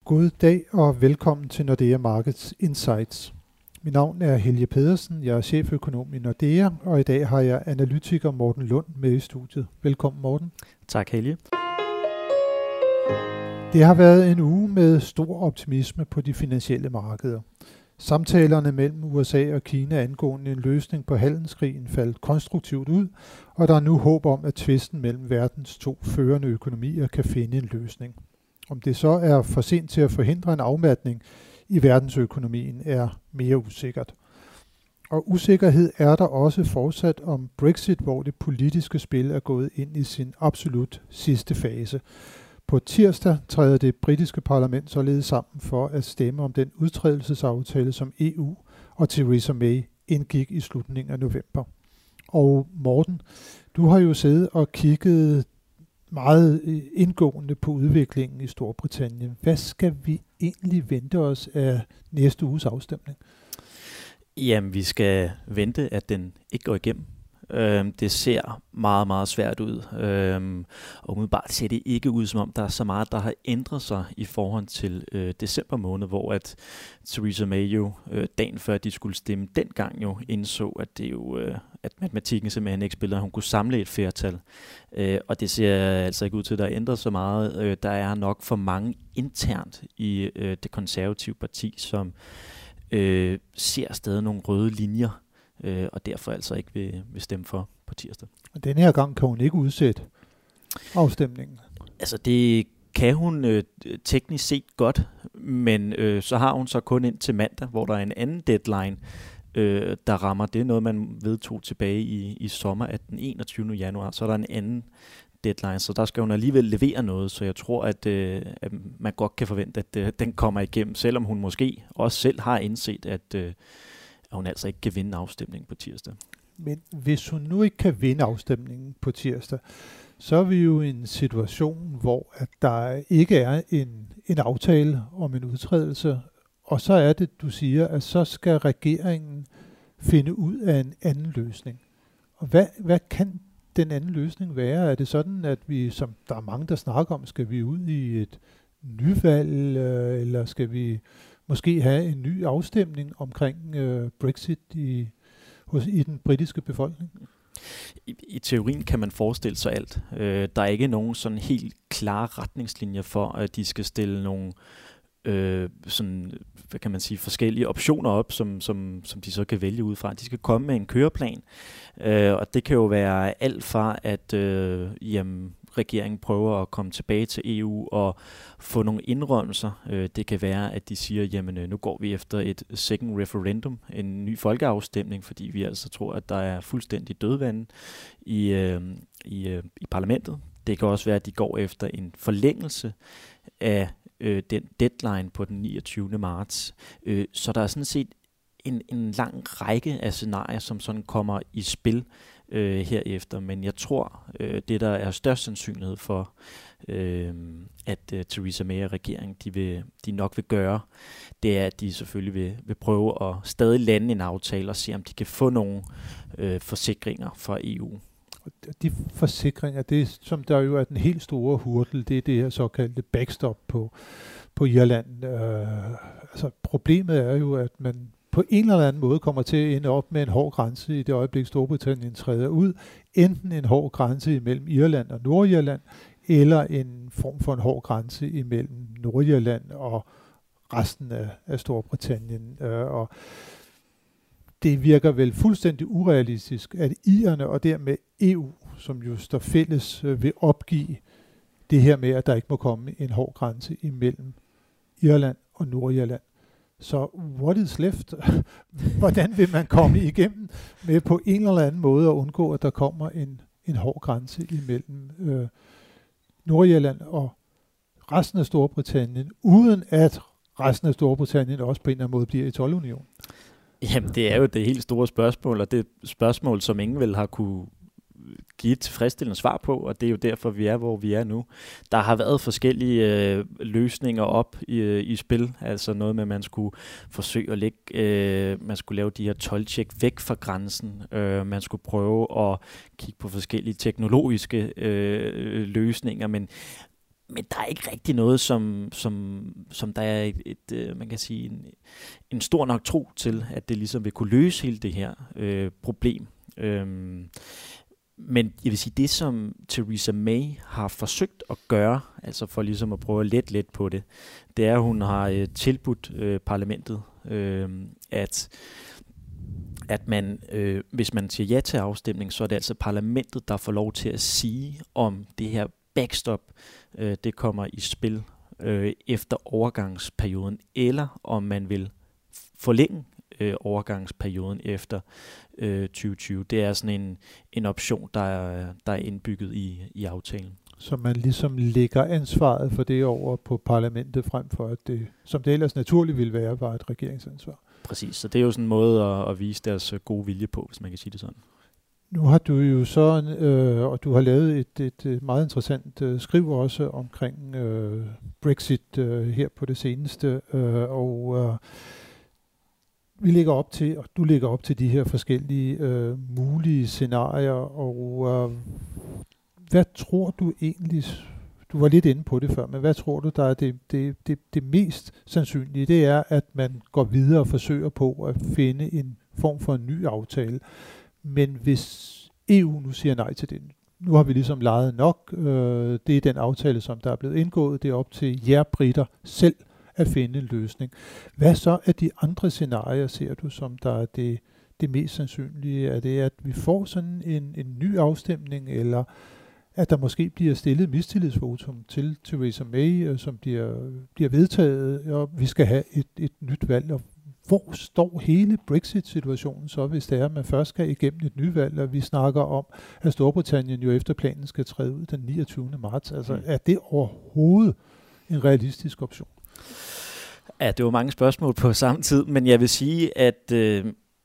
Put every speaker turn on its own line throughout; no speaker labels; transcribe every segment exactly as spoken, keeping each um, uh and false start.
God dag og velkommen til Nordea Markets Insights. Mit navn er Helge Pedersen, jeg er cheføkonom i Nordea, og i dag har jeg analytiker Morten Lund med i studiet. Velkommen Morten.
Tak Helge.
Det har været en uge med stor optimisme på de finansielle markeder. Samtalerne mellem U S A og Kina angående en løsning på handelskrigen faldt konstruktivt ud, og der er nu håb om, at tvisten mellem verdens to førende økonomier kan finde en løsning. Om det så er for sent til at forhindre en afmatning i verdensøkonomien er mere usikkert. Og usikkerhed er der også fortsat om Brexit, hvor det politiske spil er gået ind i sin absolut sidste fase. På tirsdag træder det britiske parlament således sammen for at stemme om den udtrædelsesaftale, som E U og Theresa May indgik i slutningen af november. Og Morten, du har jo siddet og kigget meget indgående på udviklingen i Storbritannien. Hvad skal vi egentlig vente os af næste uges afstemning?
Jamen, vi skal vente, at den ikke går igennem. Øhm, det ser meget, meget svært ud. Øhm, og umiddelbart ser det ikke ud, som om der er så meget, der har ændret sig i forhold til øh, december måned, hvor at Theresa May jo øh, dagen før de skulle stemme, dengang jo indså, at det jo øh, at matematikken simpelthen ikke spiller, at hun kunne samle et flertal. Øh, og det ser altså ikke ud til, at der er ændret så meget. Øh, der er nok for mange internt i øh, det konservative parti, som øh, ser stadig nogle røde linjer, Øh, og derfor altså ikke vil, vil stemme for på tirsdag.
Og denne her gang kan hun ikke udsætte afstemningen?
Altså det kan hun øh, teknisk set godt, men øh, så har hun så kun ind til mandag, hvor der er en anden deadline, øh, der rammer. Det er noget, man vedtog tilbage i, i sommer, at den enogtyvende januar, så er der en anden deadline, så der skal hun alligevel levere noget, så jeg tror, at, øh, at man godt kan forvente, at øh, den kommer igennem, selvom hun måske også selv har indset, at øh, at hun altså ikke kan vinde afstemningen på tirsdag.
Men hvis hun nu ikke kan vinde afstemningen på tirsdag, så er vi jo i en situation, hvor at der ikke er en, en aftale om en udtrædelse, og så er det, du siger, at så skal regeringen finde ud af en anden løsning. Og hvad, hvad kan den anden løsning være? Er det sådan, at vi, som der er mange, der snakker om, skal vi ud i et nyvalg, eller skal vi måske have en ny afstemning omkring øh, Brexit i, hos, i den britiske befolkning?
I, I teorien kan man forestille sig alt. Øh, der er ikke nogen sådan helt klare retningslinjer for, at de skal stille nogle øh, sådan, hvad kan man sige, forskellige optioner op, som, som, som de så kan vælge ud fra. De skal komme med en køreplan, øh, og det kan jo være alt fra, at øh, jamen, regeringen prøver at komme tilbage til E U og få nogle indrømmelser. Det kan være, at de siger, jamen nu går vi efter et second referendum, en ny folkeafstemning, fordi vi altså tror, at der er fuldstændig dødvande i, øh, i, øh, i parlamentet. Det kan også være, at de går efter en forlængelse af øh, den deadline på den niogtyvende marts. Øh, så der er sådan set en, en lang række af scenarier, som sådan kommer i spil øh, herefter, men jeg tror, øh, det der er størst sandsynlighed for, øh, at øh, Theresa May og regeringen, de, vil, de nok vil gøre, det er, at de selvfølgelig vil, vil prøve at stadig lande en aftale og se, om de kan få nogle øh, forsikringer fra E U.
De forsikringer, det som der jo er den helt store hurdle, det er det her såkaldte backstop på, på Irland. Øh, altså problemet er jo, at man på en eller anden måde kommer til at ende op med en hård grænse i det øjeblik, Storbritannien træder ud. Enten en hård grænse imellem Irland og Nordirland, eller en form for en hård grænse imellem Nordirland og resten af, af Storbritannien. Øh, og det virker vel fuldstændig urealistisk, at irerne og dermed E U, som jo står fælles, øh, vil opgive det her med, at der ikke må komme en hård grænse imellem Irland og Nordirland. Så what is left? Hvordan vil man komme igennem med på en eller anden måde at undgå, at der kommer en, en hård grænse imellem øh, Nordirland og resten af Storbritannien, uden at resten af Storbritannien også på en eller anden måde bliver i toldunion?
Jamen, det er jo det helt store spørgsmål, og det spørgsmål, som ingen vel har kunne give et tilfredsstillende svar på, og det er jo derfor, vi er, hvor vi er nu. Der har været forskellige øh, løsninger op i, øh, i spil, altså noget med, at man skulle forsøge at lægge, øh, man skulle lave de her toldtjek væk fra grænsen, øh, man skulle prøve at kigge på forskellige teknologiske øh, løsninger, men men der er ikke rigtig noget, som, som, som der er et, et, et man kan sige, en, en stor nok tro til, at det ligesom vil kunne løse hele det her øh, problem. Øhm, men jeg vil sige, det som Theresa May har forsøgt at gøre, altså for ligesom at prøve at lette lidt på det, det er, at hun har øh, tilbudt øh, parlamentet, øh, at at man, øh, hvis man siger ja til afstemning, så er det altså parlamentet, der får lov til at sige, om det her backstop, øh, det kommer i spil øh, efter overgangsperioden, eller om man vil forlænge øh, overgangsperioden efter øh, tyve tyve. Det er sådan en, en option, der er, der er indbygget i, i aftalen.
Så man ligesom lægger ansvaret for det over på parlamentet, frem for at det, som det ellers naturligt ville være, var et regeringsansvar.
Præcis, så det er jo sådan en måde at, at vise deres gode vilje på, hvis man kan sige det sådan.
Nu har du jo så, øh, og du har lavet et, et, et meget interessant øh, skriv også omkring øh, Brexit øh, her på det seneste, øh, og øh, vi lægger op til, og du lægger op til de her forskellige øh, mulige scenarier, og øh, hvad tror du egentlig, du var lidt inde på det før, men hvad tror du, der er det, det, det, det mest sandsynlige? Det er, at man går videre og forsøger på at finde en form for en ny aftale. Men hvis E U nu siger nej til det, nu har vi ligesom leget nok, øh, det er den aftale, som der er blevet indgået, det er op til jer britter selv at finde en løsning. Hvad så af de andre scenarier, ser du, som der er det, det mest sandsynlige? Er det, at vi får sådan en, en ny afstemning, eller at der måske bliver stillet mistillidsvotum til Theresa May, som bliver, bliver vedtaget, og vi skal have et, et nyt valg? Og hvor står hele Brexit-situationen så, hvis det er, at man først skal igennem et nyvalg, og vi snakker om, at Storbritannien jo efter planen skal træde ud den niogtyvende marts? Altså, mm. er det overhovedet en realistisk option?
Ja, det var mange spørgsmål på samme tid, men jeg vil sige, at øh,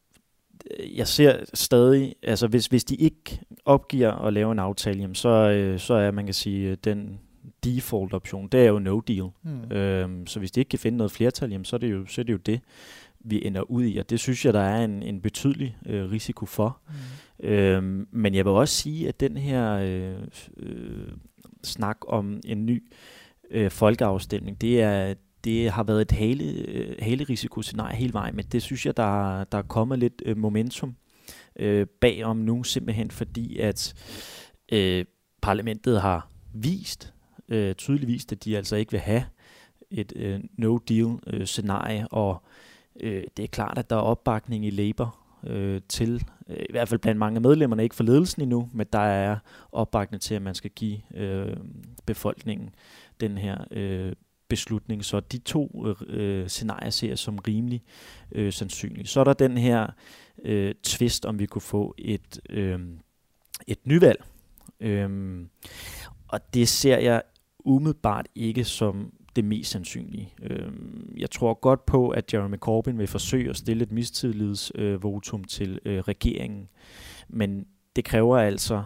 jeg ser stadig, altså hvis, hvis de ikke opgiver at lave en aftale, jamen, så, øh, så er, man kan sige, den default-option, det er jo no deal. Mm. Øhm, så hvis de ikke kan finde noget flertal, jamen, så, er det jo, så er det jo det, vi ender ud i, og det synes jeg, der er en, en betydelig øh, risiko for. Mm. Øhm, men jeg vil også sige, at den her øh, øh, snak om en ny øh, folkeafstemning, det er det har været et hale, øh, hale-risikoscenarie hele vejen, men det synes jeg, der, der er kommet lidt øh, momentum øh, bagom nu, simpelthen fordi, at øh, parlamentet har vist, øh, tydeligt vist, at de altså ikke vil have et øh, no-deal-scenarie, øh, og øh, det er klart, at der er opbakning i Labour øh, til, øh, i hvert fald blandt mange af medlemmerne, ikke for ledelsen endnu, men der er opbakning til, at man skal give øh, befolkningen den her øh, beslutning. Så de to øh, scenarier ser jeg som rimelig øh, sandsynlige. Så er der den her øh, twist, om vi kunne få et, øh, et nyvalg. Øhm, og det ser jeg umiddelbart ikke som det mest sandsynlige. Øhm, jeg tror godt på, at Jeremy Corbyn vil forsøge at stille et mistillidsvotum øh, til øh, regeringen, men det kræver altså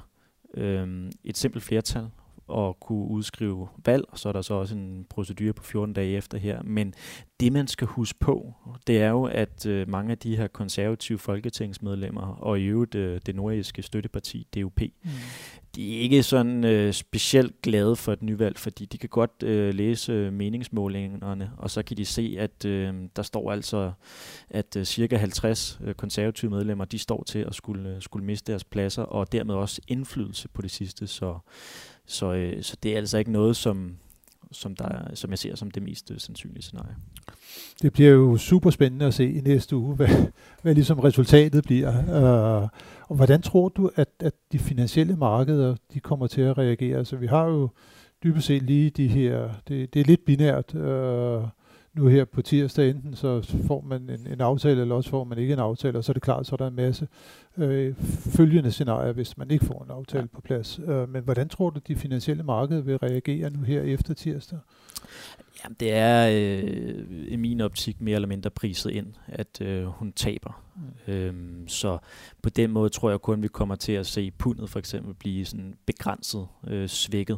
øh, et simpelt flertal at kunne udskrive valg, og så er der så også en procedure på fjorten dage efter her. Men det, man skal huske på, det er jo, at øh, mange af de her konservative folketingsmedlemmer, og i øvrigt øh, det nordiske støtteparti, D U P, mm. de er ikke sådan øh, specielt glade for et nyvalg, fordi de kan godt øh, læse meningsmålingerne, og så kan de se, at øh, der står altså, at øh, cirka halvtreds øh, konservative medlemmer, de står til at skulle, øh, skulle miste deres pladser, og dermed også indflydelse på det sidste, så Så, øh, så det er altså ikke noget, som, som, der, som jeg ser som det mest øh, sandsynlige scenarie.
Det bliver jo super spændende at se i næste uge, hvad, hvad ligesom resultatet bliver. Uh, og hvordan tror du, at, at de finansielle markeder de kommer til at reagere? Altså, vi har jo dybest set lige de her, det, det er lidt binært uh, nu her på tirsdag, enten så får man en, en aftale, eller også får man ikke en aftale, og så er det klart, så er der en masse øh, følgende scenarier, hvis man ikke får en aftale ja. på plads. Øh, men hvordan tror du, de finansielle markeder vil reagere nu her efter tirsdag?
Jamen, det er øh, i min optik mere eller mindre priset ind, at øh, hun taber. Mm. Øhm, så på den måde tror jeg kun, vi kommer til at se pundet for eksempel blive sådan begrænset, øh, svækket.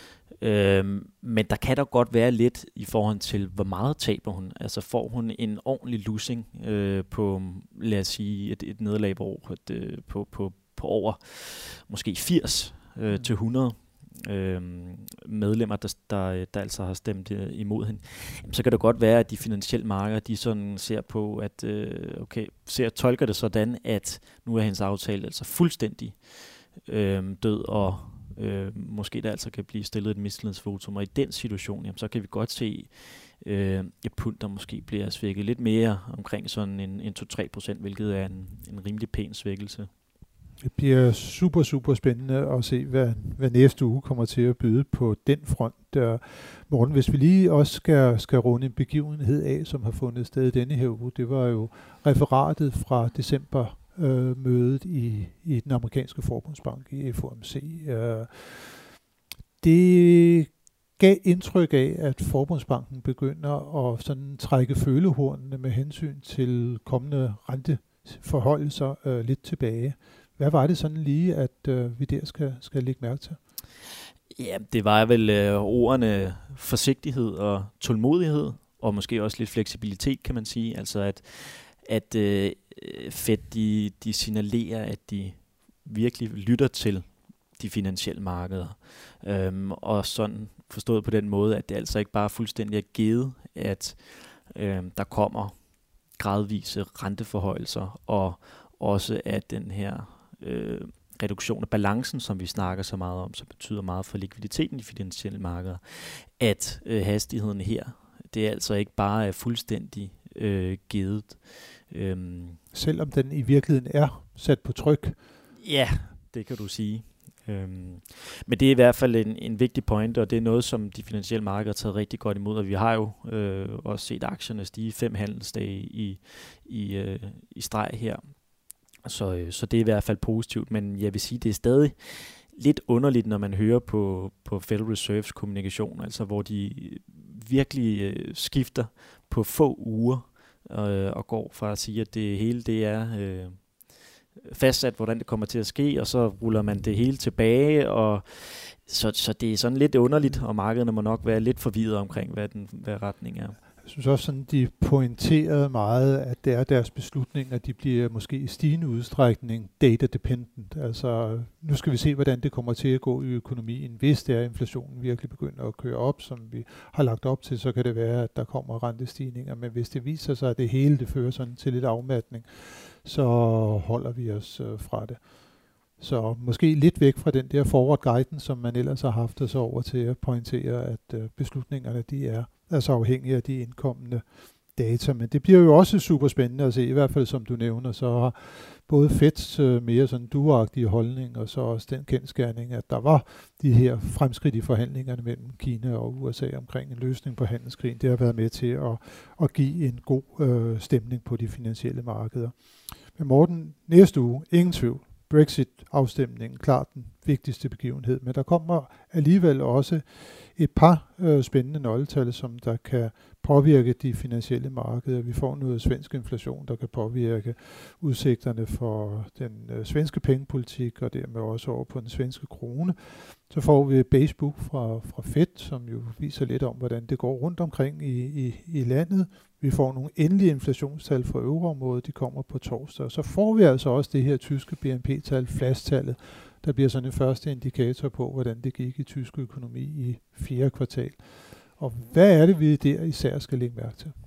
Øhm, men der kan da godt være lidt i forhold til, hvor meget taber hun. Altså får hun en ordentlig losing øh, på, lad os sige, et, et nederlag hvor, et, øh, på, på, på over måske firs øh, mm. til hundrede, øh, medlemmer, der, der, der altså har stemt øh, imod hende, jamen, så kan det godt være, at de finansielle markeder, de sådan ser på, at øh, okay, ser tolker det sådan, at nu er hendes aftale altså fuldstændig øh, død, og øh, måske der altså kan blive stillet et mistillidsvotum, og i den situation, jamen, så kan vi godt se øh, et pund, der måske bliver svækket lidt mere omkring sådan en, en to til tre procent, hvilket er en, en rimelig pæn svækkelse.
Det bliver super, super spændende at se, hvad, hvad næste uge kommer til at byde på den front. Der, Morten, hvis vi lige også skal, skal runde en begivenhed af, som har fundet sted denne her uge, det var jo referatet fra december øh, mødet i, i den amerikanske forbundsbank, i F O M C. Øh, det gav indtryk af, at forbundsbanken begynder at sådan trække følehornene med hensyn til kommende renteforholdelser øh, lidt tilbage. Hvad var det sådan lige, at øh, vi der skal, skal lægge mærke til?
Ja, det var vel øh, ordene forsigtighed og tålmodighed, og måske også lidt fleksibilitet, kan man sige. Altså at, at øh, Fed, de, de signalerer, at de virkelig lytter til de finansielle markeder. Øhm, og sådan forstået på den måde, at det altså ikke bare fuldstændig er givet, at øh, der kommer gradvise renteforhøjelser, og også at den her øh, reduktion af balancen, som vi snakker så meget om, som betyder meget for likviditeten i finansielle markeder, at øh, hastigheden her, det er altså ikke bare er fuldstændig øh, givet. Øhm,
Selvom den i virkeligheden er sat på tryk.
Ja, det kan du sige. Øhm, men det er i hvert fald en, en vigtig point, og det er noget, som de finansielle markeder har taget rigtig godt imod, og vi har jo øh, også set aktierne stige fem handelsdage i, i, øh, i streg her. Så, øh, så det er i hvert fald positivt, men jeg vil sige, det er stadig lidt underligt, når man hører på, på Federal Reserves kommunikation, altså hvor de virkelig øh, skifter på få uger øh, og går fra at sige, at det hele det er øh, fastsat, hvordan det kommer til at ske, og så ruller man det hele tilbage, og så, så det er sådan lidt underligt, og markederne må nok være lidt forvirret omkring, hvad den hvad retning er.
Jeg synes også, sådan, de pointerede meget, at det er deres beslutninger, de bliver måske i stigende udstrækning data dependent. Altså, nu skal vi se, hvordan det kommer til at gå i økonomien. Hvis det er, inflationen virkelig begynder at køre op, som vi har lagt op til, så kan det være, at der kommer rentestigninger. Men hvis det viser sig, at det hele det fører sådan til lidt afmatning, så holder vi os øh, fra det. Så måske lidt væk fra den der forward guidance, som man ellers har haft, og så over til at pointere, at øh, beslutningerne de er altså afhængige af de indkommende data. Men det bliver jo også super spændende at se, i hvert fald som du nævner, så har både Feds øh, mere sådan duagtige holdning, og så også den kendsgerning, at der var de her fremskridt i forhandlingerne mellem Kina og U S A omkring en løsning på handelskrigen. Det har været med til at, at give en god øh, stemning på de finansielle markeder. Men Morten, næste uge, ingen tvivl. Brexit-afstemningen, klart den vigtigste begivenhed, men der kommer alligevel også et par øh, spændende nøgletal, som der kan påvirke de finansielle markeder. Vi får noget svensk inflation, der kan påvirke udsigterne for den øh, svenske pengepolitik, og dermed også over på den svenske krone. Så får vi basebook fra, fra Fed, som jo viser lidt om, hvordan det går rundt omkring i, i, i landet. Vi får nogle endelige inflationstal for euroområdet, de kommer på torsdag. Og så får vi altså også det her tyske B N P-tal, fasttallet, der bliver sådan en første indikator på, hvordan det gik i tysk økonomi i fjerde kvartal. Og hvad er det, vi der især skal lægge mærke til?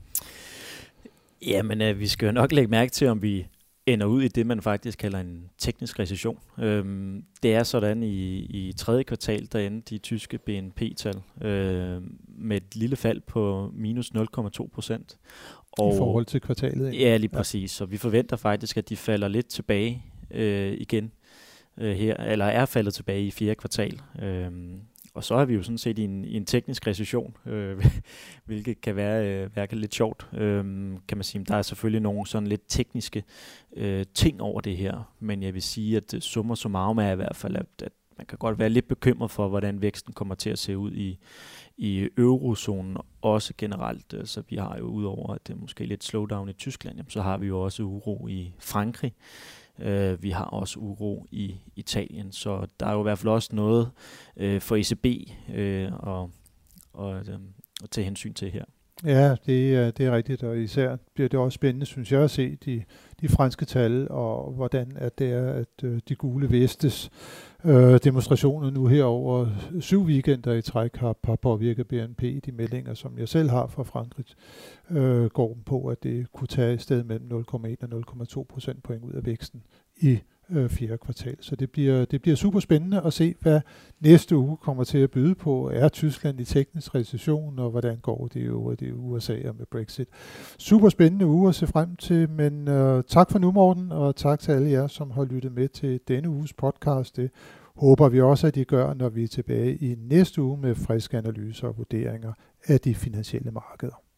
Jamen, øh, vi skal jo nok lægge mærke til, om vi ender ud i det, man faktisk kalder en teknisk recession. Øhm, det er sådan i, i tredje kvartal, der endte de tyske B N P-tal øh, med et lille fald på minus nul komma to procent.
I forhold til kvartalet?
Ja, lige præcis. Så vi forventer faktisk, at de falder lidt tilbage øh, igen øh, her, eller er faldet tilbage i fjerde kvartal. Øh, og så er vi jo sådan set i en, i en teknisk recession, øh, hvilket kan være, øh, være lidt sjovt, øh, kan man sige. Der er selvfølgelig nogle sådan lidt tekniske øh, ting over det her, men jeg vil sige, at summa summarum er i hvert fald, at, at man kan godt være lidt bekymret for, hvordan væksten kommer til at se ud i, i eurozonen, også generelt. Så vi har jo udover, at det er måske lidt slowdown i Tyskland, jamen, så har vi jo også uro i Frankrig. Uh, vi har også uro i Italien, så der er jo i hvert fald også noget uh, for E C B uh, og, og, um, at tage hensyn til her.
Ja, det er, det er rigtigt, og især bliver det også spændende, synes jeg, at se de, de franske tal, og hvordan at det er, at øh, de gule vestes øh, demonstrationer nu her over syv weekender i træk har, har påvirket B N P. De meldinger, som jeg selv har fra Frankrig, øh, går på, at det kunne tage et sted mellem nul komma en og nul komma to procentpoint ud af væksten i øh, fjerde kvartal. Så det bliver, det bliver super spændende at se, hvad næste uge kommer til at byde på. Er Tyskland i teknisk recession, og hvordan går det jo det U S A med Brexit? Super spændende uge at se frem til, men øh, tak for nu, Morten, og tak til alle jer, som har lyttet med til denne uges podcast. Det håber vi også, at I gør, når vi er tilbage i næste uge med friske analyser og vurderinger af de finansielle markeder.